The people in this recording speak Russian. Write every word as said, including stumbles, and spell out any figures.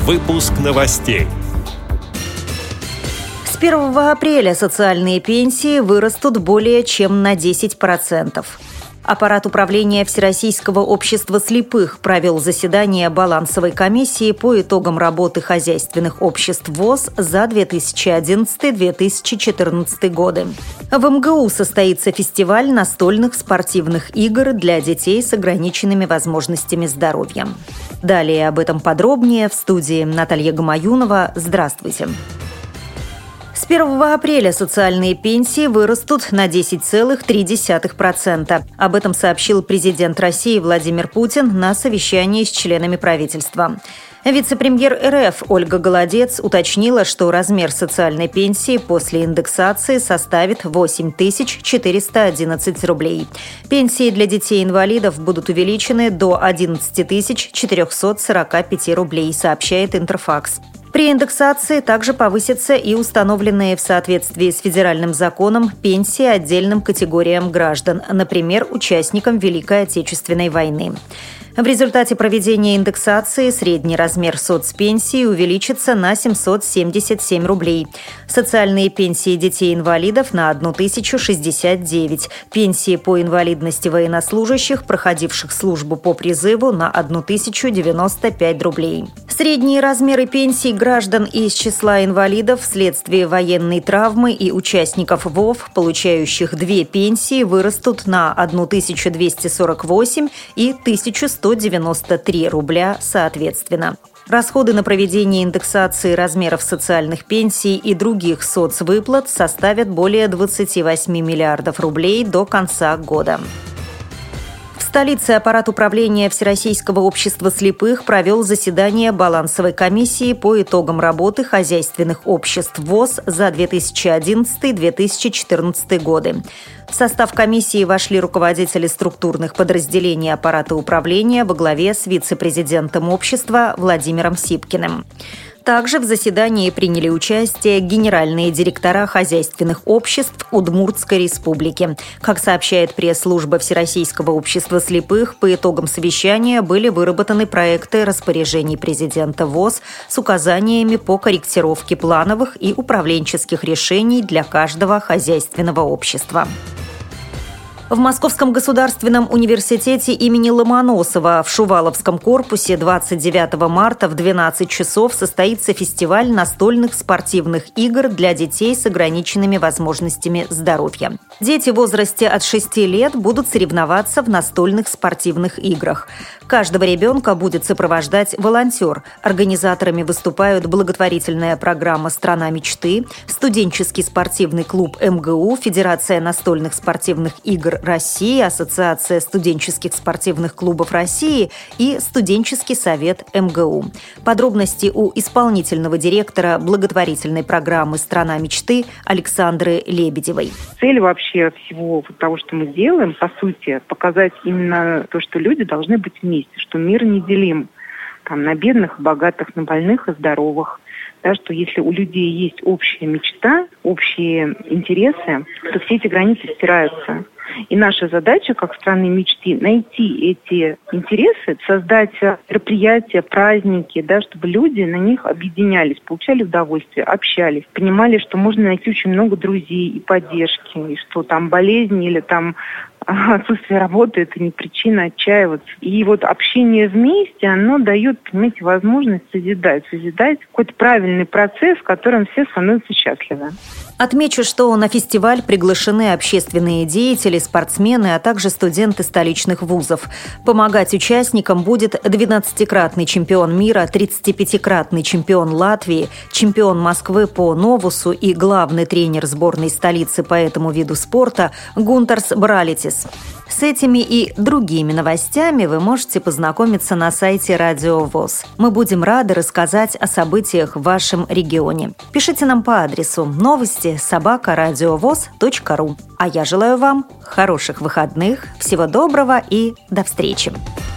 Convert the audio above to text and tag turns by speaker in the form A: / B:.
A: Выпуск новостей.
B: С первого апреля социальные пенсии вырастут более чем на десять процентов. Аппарат управления Всероссийского общества слепых провел заседание балансовой комиссии по итогам работы хозяйственных обществ ВОС за две тысячи одиннадцатый — две тысячи четырнадцатый годы. В МГУ состоится фестиваль настольных спортивных игр для детей с ограниченными возможностями здоровья. Далее об этом подробнее в студии Наталья Гамаюнова. Здравствуйте. С первого апреля социальные пенсии вырастут на десять целых три десятых процента. Об этом сообщил президент России Владимир Путин на совещании с членами правительства. Вице-премьер РФ Ольга Голодец уточнила, что размер социальной пенсии после индексации составит восемь тысяч четыреста одиннадцать рублей. Пенсии для детей-инвалидов будут увеличены до одиннадцать тысяч четыреста сорок пять рублей, сообщает Интерфакс. При индексации также повысятся и установленные в соответствии с федеральным законом пенсии отдельным категориям граждан, например, участникам Великой Отечественной войны. В результате проведения индексации средний размер соцпенсии увеличится на семьсот семьдесят семь рублей. Социальные пенсии детей-инвалидов на тысячу шестьдесят девять. Пенсии по инвалидности военнослужащих, проходивших службу по призыву, на тысячу девяносто пять рублей. Средние размеры пенсий граждан из числа инвалидов вследствие военной травмы и участников ВОВ, получающих две пенсии, вырастут на тысячу двести сорок восемь и тысячу сто девяносто три рубля соответственно. Расходы на проведение индексации размеров социальных пенсий и других соцвыплат составят более двадцать восемь миллиардов рублей до конца года. В столице аппарат управления Всероссийского общества слепых провел заседание балансовой комиссии по итогам работы хозяйственных обществ ВОС за две тысячи одиннадцатый — две тысячи четырнадцатый годы. В состав комиссии вошли руководители структурных подразделений аппарата управления во главе с вице-президентом общества Владимиром Сипкиным. Также в заседании приняли участие генеральные директора хозяйственных обществ Удмуртской республики. Как сообщает пресс-служба Всероссийского общества слепых, по итогам совещания были выработаны проекты распоряжений президента ВОС с указаниями по корректировке плановых и управленческих решений для каждого хозяйственного общества. В Московском государственном университете имени Ломоносова в Шуваловском корпусе двадцать девятого марта в двенадцать часов состоится фестиваль настольных спортивных игр для детей с ограниченными возможностями здоровья. Дети в возрасте от шести лет будут соревноваться в настольных спортивных играх. Каждого ребенка будет сопровождать волонтер. Организаторами выступают благотворительная программа «Страна мечты», студенческий спортивный клуб МГУ, Федерация настольных спортивных игр России, Ассоциация студенческих спортивных клубов России и студенческий совет МГУ. Подробности у исполнительного директора благотворительной программы «Страна мечты» Александры Лебедевой.
C: Цель вообще всего того, что мы делаем, по сути, показать именно то, что люди должны быть вместе, что мир неделим там, на бедных, богатых, на больных и здоровых. Да, что если у людей есть общая мечта, общие интересы, то все эти границы стираются. И наша задача, как страны мечты, найти эти интересы, создать мероприятия, праздники, да, чтобы люди на них объединялись, получали удовольствие, общались, понимали, что можно найти очень много друзей и поддержки, и что там болезнь или там отсутствие работы – это не причина отчаиваться. И вот общение вместе, оно дает, понимаете, возможность созидать, созидать какой-то правильный процесс, в котором все становятся счастливы.
B: Отмечу, что на фестиваль приглашены общественные деятели, спортсмены, а также студенты столичных вузов. Помогать участникам будет двенадцатикратный чемпион мира, тридцатипятикратный чемпион Латвии, чемпион Москвы по новусу и главный тренер сборной столицы по этому виду спорта Гунтарс Бралитис. С этими и другими новостями вы можете познакомиться на сайте Радио ВОС. Мы будем рады рассказать о событиях в вашем регионе. Пишите нам по адресу новости собака радиовос точка ру. А я желаю вам хороших выходных, всего доброго и до встречи!